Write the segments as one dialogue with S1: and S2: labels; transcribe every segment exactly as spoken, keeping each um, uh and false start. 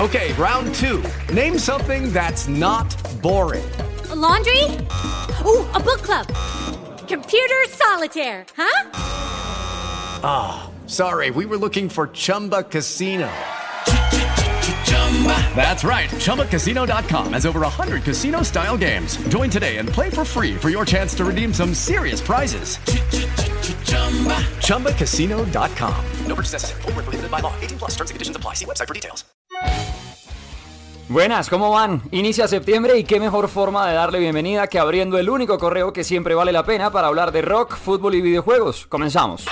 S1: Okay, round two. Name something that's not boring.
S2: A laundry? Ooh, a book club. Computer solitaire, huh?
S1: Ah, oh, sorry, we were looking for Chumba Casino. That's right, Chumba Casino dot com has over one hundred casino-style games. Join today and play for free for your chance to redeem some serious prizes. Chumba Casino dot com. No purchase necessary. Void where prohibited by law. eighteen plus terms and conditions apply. See website for details.
S3: Buenas, ¿cómo van? Inicia septiembre y qué mejor forma de darle bienvenida que abriendo el único correo que siempre vale la pena para hablar de rock, fútbol y videojuegos. Comenzamos.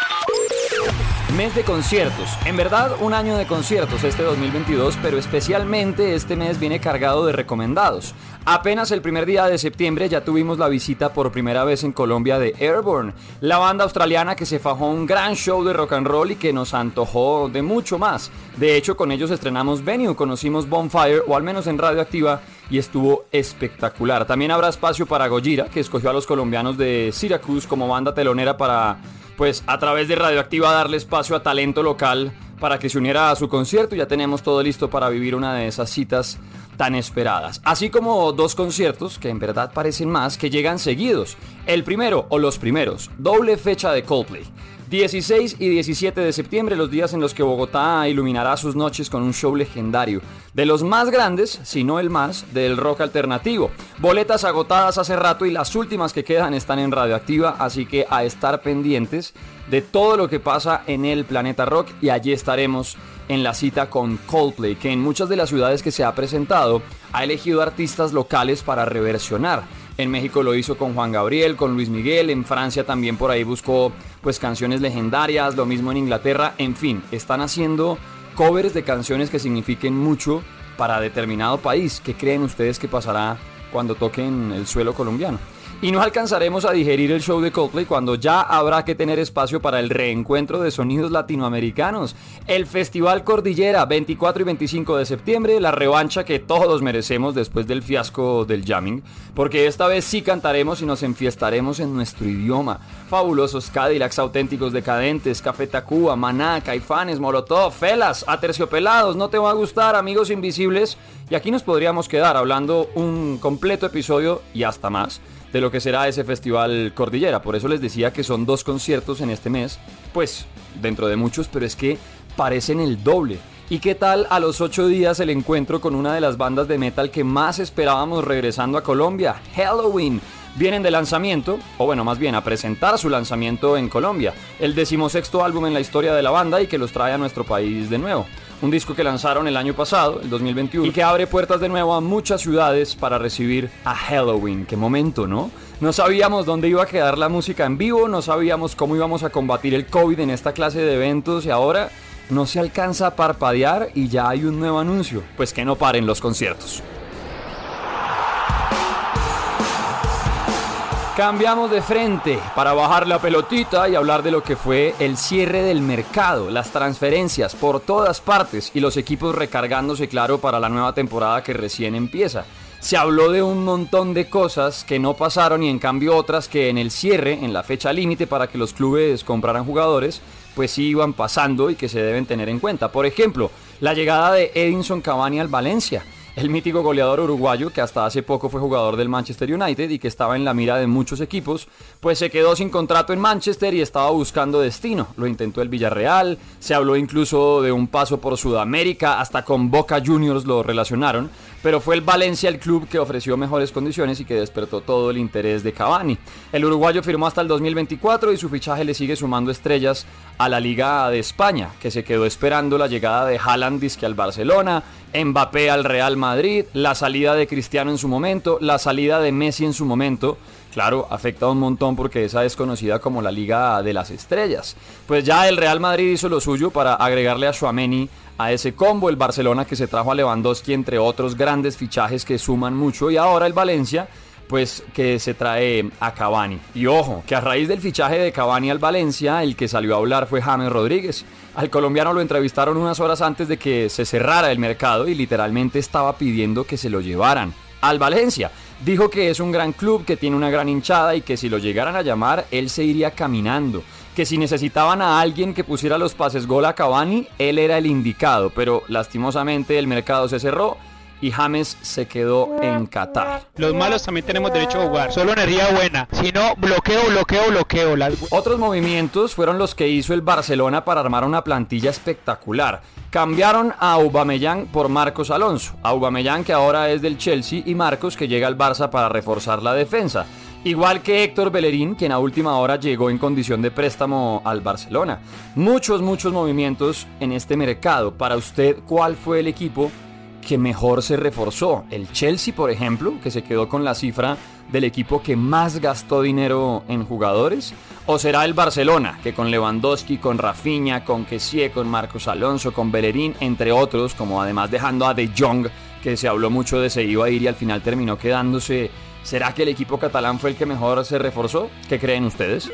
S3: Mes de conciertos. En verdad, un año de conciertos este dos mil veintidós, pero especialmente este mes viene cargado de recomendados. Apenas el primer día de septiembre ya tuvimos la visita por primera vez en Colombia de Airborne, la banda australiana que se fajó un gran show de rock and roll y que nos antojó de mucho más. De hecho, con ellos estrenamos Venue, conocimos Bonfire, o al menos en Radioactiva, y estuvo espectacular. También habrá espacio para Gojira, que escogió a los colombianos de Syracuse como banda telonera para, pues, a través de Radioactiva darle espacio a talento local para que se uniera a su concierto. Ya tenemos todo listo para vivir una de esas citas tan esperadas. Así como dos conciertos, que en verdad parecen más, que llegan seguidos. El primero, o los primeros, doble fecha de Coldplay. dieciséis y diecisiete de septiembre, los días en los que Bogotá iluminará sus noches con un show legendario, de los más grandes, si no el más, del rock alternativo. Boletas agotadas hace rato y las últimas que quedan están en Radioactiva, así que a estar pendientes de todo lo que pasa en el planeta rock, y allí estaremos en la cita con Coldplay, que en muchas de las ciudades que se ha presentado ha elegido artistas locales para reversionar. En México lo hizo con Juan Gabriel, con Luis Miguel, en Francia también por ahí buscó pues canciones legendarias, lo mismo en Inglaterra, en fin, están haciendo covers de canciones que signifiquen mucho para determinado país. ¿Qué creen ustedes que pasará cuando toquen el suelo colombiano? Y no alcanzaremos a digerir el show de Coldplay cuando ya habrá que tener espacio para el reencuentro de sonidos latinoamericanos. El Festival Cordillera, veinticuatro y veinticinco de septiembre, la revancha que todos merecemos después del fiasco del jamming, porque esta vez sí cantaremos y nos enfiestaremos en nuestro idioma. Fabulosos Cadillacs, Auténticos Decadentes, Café Tacuba, Maná, Caifanes, Molotov, Felas, Aterciopelados, No Te Va a Gustar, Amigos Invisibles, y aquí nos podríamos quedar hablando un completo episodio y hasta más de lo que será ese Festival Cordillera. Por eso les decía que son dos conciertos en este mes, pues dentro de muchos, pero es que parecen el doble. ¿Y qué tal a los ocho días el encuentro con una de las bandas de metal que más esperábamos regresando a Colombia? Helloween. Vienen de lanzamiento, o bueno, más bien a presentar su lanzamiento en Colombia, el decimosexto álbum en la historia de la banda y que los trae a nuestro país de nuevo. Un disco que lanzaron el año pasado, el dos mil veintiuno, y que abre puertas de nuevo a muchas ciudades para recibir a Helloween. ¡Qué momento!, ¿no? No sabíamos dónde iba a quedar la música en vivo, no sabíamos cómo íbamos a combatir el COVID en esta clase de eventos, y ahora no se alcanza a parpadear y ya hay un nuevo anuncio. Pues que no paren los conciertos. Cambiamos de frente para bajar la pelotita y hablar de lo que fue el cierre del mercado, las transferencias por todas partes y los equipos recargándose, claro, para la nueva temporada que recién empieza. Se habló de un montón de cosas que no pasaron y en cambio otras que en el cierre, en la fecha límite para que los clubes compraran jugadores, pues sí iban pasando y que se deben tener en cuenta. Por ejemplo, la llegada de Edinson Cavani al Valencia. El mítico goleador uruguayo, que hasta hace poco fue jugador del Manchester United y que estaba en la mira de muchos equipos, pues se quedó sin contrato en Manchester y estaba buscando destino. Lo intentó el Villarreal, se habló incluso de un paso por Sudamérica, hasta con Boca Juniors lo relacionaron, pero fue el Valencia el club que ofreció mejores condiciones y que despertó todo el interés de Cavani. El uruguayo firmó hasta el dos mil veinticuatro y su fichaje le sigue sumando estrellas a la Liga de España, que se quedó esperando la llegada de Haaland disque al Barcelona, Mbappé al Real Madrid, la salida de Cristiano en su momento, la salida de Messi en su momento. Claro, afecta un montón porque esa es conocida como la Liga de las Estrellas. Pues ya el Real Madrid hizo lo suyo para agregarle a Tchouaméni a ese combo, el Barcelona que se trajo a Lewandowski, entre otros grandes fichajes que suman mucho, y ahora el Valencia, pues que se trae a Cavani. Y ojo, que a raíz del fichaje de Cavani al Valencia, el que salió a hablar fue James Rodríguez. Al colombiano lo entrevistaron unas horas antes de que se cerrara el mercado y literalmente estaba pidiendo que se lo llevaran. al Valencia. Dijo que es un gran club, que tiene una gran hinchada y que si lo llegaran a llamar, él se iría caminando. Que si necesitaban a alguien que pusiera los pases gol a Cavani, él era el indicado, pero lastimosamente el mercado se cerró y James se quedó en Qatar.
S4: Los malos también tenemos derecho a jugar, solo energía buena, si no, bloqueo, bloqueo, bloqueo. Las...
S3: Otros movimientos fueron los que hizo el Barcelona para armar una plantilla espectacular. Cambiaron a Aubameyang por Marcos Alonso. Aubameyang, que ahora es del Chelsea, y Marcos, que llega al Barça para reforzar la defensa. Igual que Héctor Bellerín, quien a última hora llegó en condición de préstamo al Barcelona. Muchos, muchos movimientos en este mercado. Para usted, ¿cuál fue el equipo que mejor se reforzó? El Chelsea, por ejemplo, que se quedó con la cifra del equipo que más gastó dinero en jugadores, o será el Barcelona, que con Lewandowski, con Rafinha, con Kessie, con Marcos Alonso, con Bellerín, entre otros, como además dejando a De Jong, que se habló mucho de se iba a ir y al final terminó quedándose. ¿Será que el equipo catalán fue el que mejor se reforzó? ¿Qué creen ustedes?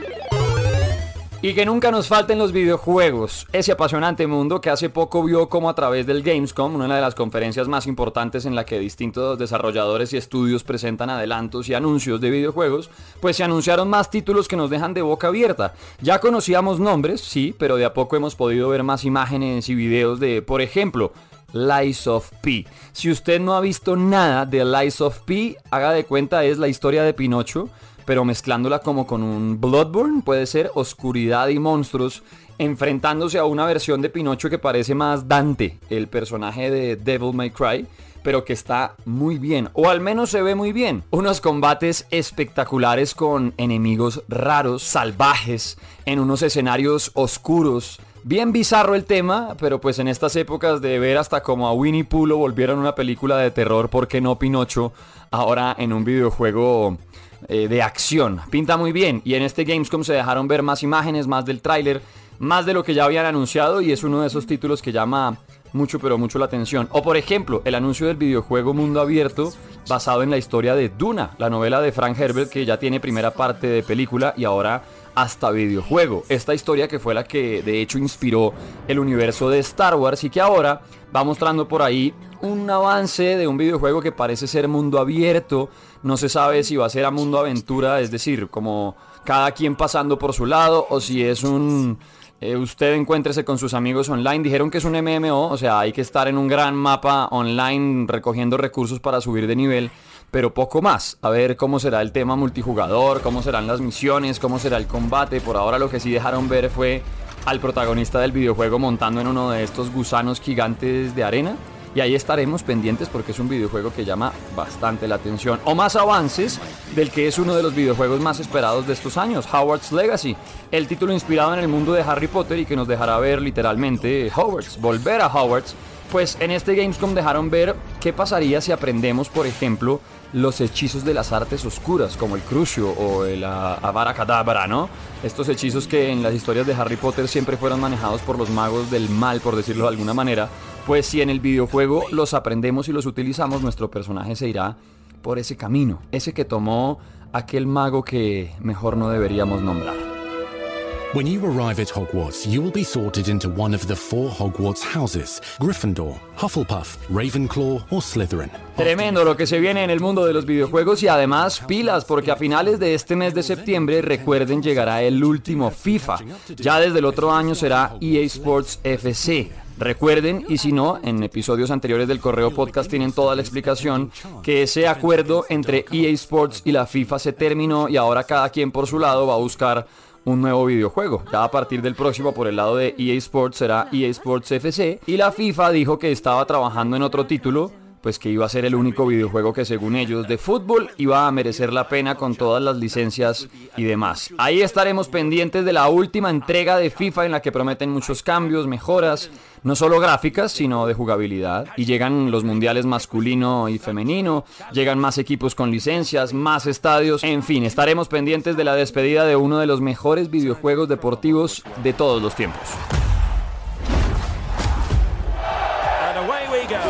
S3: Y que nunca nos falten los videojuegos, ese apasionante mundo que hace poco vio como a través del Gamescom, una de las conferencias más importantes en la que distintos desarrolladores y estudios presentan adelantos y anuncios de videojuegos, pues se anunciaron más títulos que nos dejan de boca abierta. Ya conocíamos nombres, sí, pero de a poco hemos podido ver más imágenes y videos de, por ejemplo, Lies of P. Si usted no ha visto nada de Lies of P, haga de cuenta es la historia de Pinocho, pero mezclándola como con un Bloodborne, puede ser oscuridad y monstruos, enfrentándose a una versión de Pinocho que parece más Dante, el personaje de Devil May Cry, pero que está muy bien, o al menos se ve muy bien. Unos combates espectaculares con enemigos raros, salvajes, en unos escenarios oscuros. Bien bizarro el tema, pero pues en estas épocas de ver hasta como a Winnie Pooh lo volvieron una película de terror, ¿por qué no Pinocho ahora en un videojuego eh, de acción? Pinta muy bien, y en este Gamescom se dejaron ver más imágenes, más del tráiler, más de lo que ya habían anunciado, y es uno de esos títulos que llama mucho pero mucho la atención. O por ejemplo, el anuncio del videojuego mundo abierto basado en la historia de Duna, la novela de Frank Herbert, que ya tiene primera parte de película y ahora hasta videojuego. Esta historia que fue la que de hecho inspiró el universo de Star Wars y que ahora va mostrando por ahí un avance de un videojuego que parece ser mundo abierto. No se sabe si va a ser a mundo aventura, es decir, como cada quien pasando por su lado, o si es un... Eh, usted encuéntrese con sus amigos online. Dijeron que es un M M O, o sea, hay que estar en un gran mapa online recogiendo recursos para subir de nivel, pero poco más. A ver cómo será el tema multijugador, cómo serán las misiones, cómo será el combate. Por ahora lo que sí dejaron ver fue al protagonista del videojuego montando en uno de estos gusanos gigantes de arena. Y ahí estaremos pendientes porque es un videojuego que llama bastante la atención. O más avances del que es uno de los videojuegos más esperados de estos años, Hogwarts Legacy. El título inspirado en el mundo de Harry Potter y que nos dejará ver literalmente Hogwarts, volver a Hogwarts. Pues en este Gamescom dejaron ver qué pasaría si aprendemos, por ejemplo, los hechizos de las artes oscuras, como el Crucio o el Avada Kedavra, ¿no? Estos hechizos que en las historias de Harry Potter siempre fueron manejados por los magos del mal, por decirlo de alguna manera. Pues si en el videojuego los aprendemos y los utilizamos, nuestro personaje se irá por ese camino, ese que tomó aquel mago que mejor no deberíamos nombrar.
S5: When you arrive at Hogwarts, you will be sorted into one of the four Hogwarts houses: Gryffindor, Hufflepuff, Ravenclaw or Slytherin.
S3: Tremendo lo que se viene en el mundo de los videojuegos y además pilas, porque a finales de este mes de septiembre, recuerden, llegará el último FIFA. Ya desde el otro año será E A Sports F C. Recuerden, y si no, en episodios anteriores del Correo Podcast tienen toda la explicación, que ese acuerdo entre E A Sports y la FIFA se terminó y ahora cada quien por su lado va a buscar un nuevo videojuego. Ya a partir del próximo, por el lado de E A Sports, será E A Sports F C, y la FIFA dijo que estaba trabajando en otro título, pues que iba a ser el único videojuego que según ellos de fútbol iba a merecer la pena con todas las licencias y demás. Ahí estaremos pendientes de la última entrega de FIFA en la que prometen muchos cambios, mejoras, no solo gráficas, sino de jugabilidad. Y llegan los mundiales masculino y femenino, llegan más equipos con licencias, más estadios, en fin, estaremos pendientes de la despedida de uno de los mejores videojuegos deportivos de todos los tiempos.
S6: And away we go.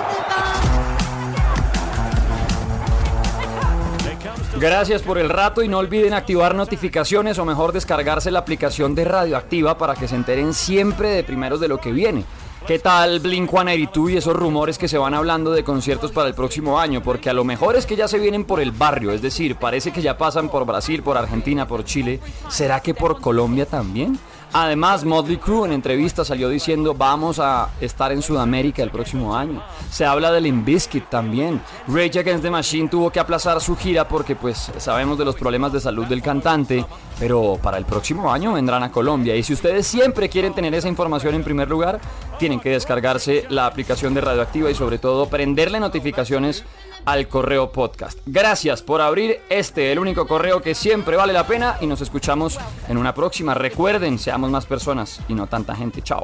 S3: Gracias por el rato y no olviden activar notificaciones o mejor descargarse la aplicación de Radioactiva para que se enteren siempre de primeros de lo que viene. ¿Qué tal Blink ciento ochenta y dos y esos rumores que se van hablando de conciertos para el próximo año? Porque a lo mejor es que ya se vienen por el barrio, es decir, parece que ya pasan por Brasil, por Argentina, por Chile. ¿Será que por Colombia también? Además, Motley Crue en entrevista salió diciendo vamos a estar en Sudamérica el próximo año. Se habla de Limp Bizkit también. Rage Against the Machine tuvo que aplazar su gira porque pues sabemos de los problemas de salud del cantante, pero para el próximo año vendrán a Colombia. Y si ustedes siempre quieren tener esa información en primer lugar, tienen que descargarse la aplicación de Radioactiva y sobre todo prenderle notificaciones al correo podcast. Gracias por abrir este, el único correo que siempre vale la pena, y nos escuchamos en una próxima. Recuerden, seamos más personas y no tanta gente. Chao.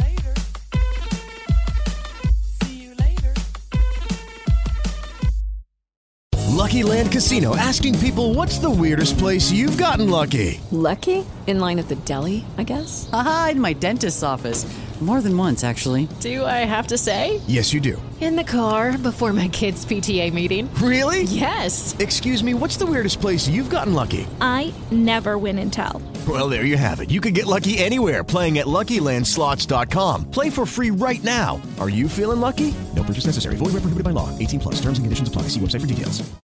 S7: Lucky Land Casino, asking people, what's the weirdest place you've gotten lucky?
S8: Lucky? In line at the deli, I guess?
S9: Aha, in my dentist's office. More than once, actually.
S8: Do I have to say?
S7: Yes, you do.
S8: In the car before my kids' P T A meeting.
S7: Really?
S8: Yes.
S7: Excuse me, what's the weirdest place you've gotten lucky?
S10: I never win and tell.
S7: Well, there you have it. You can get lucky anywhere, playing at Lucky Land Slots dot com. Play for free right now. Are you feeling lucky? No purchase necessary. Void where prohibited by law. eighteen plus. Terms and conditions apply. See website for details.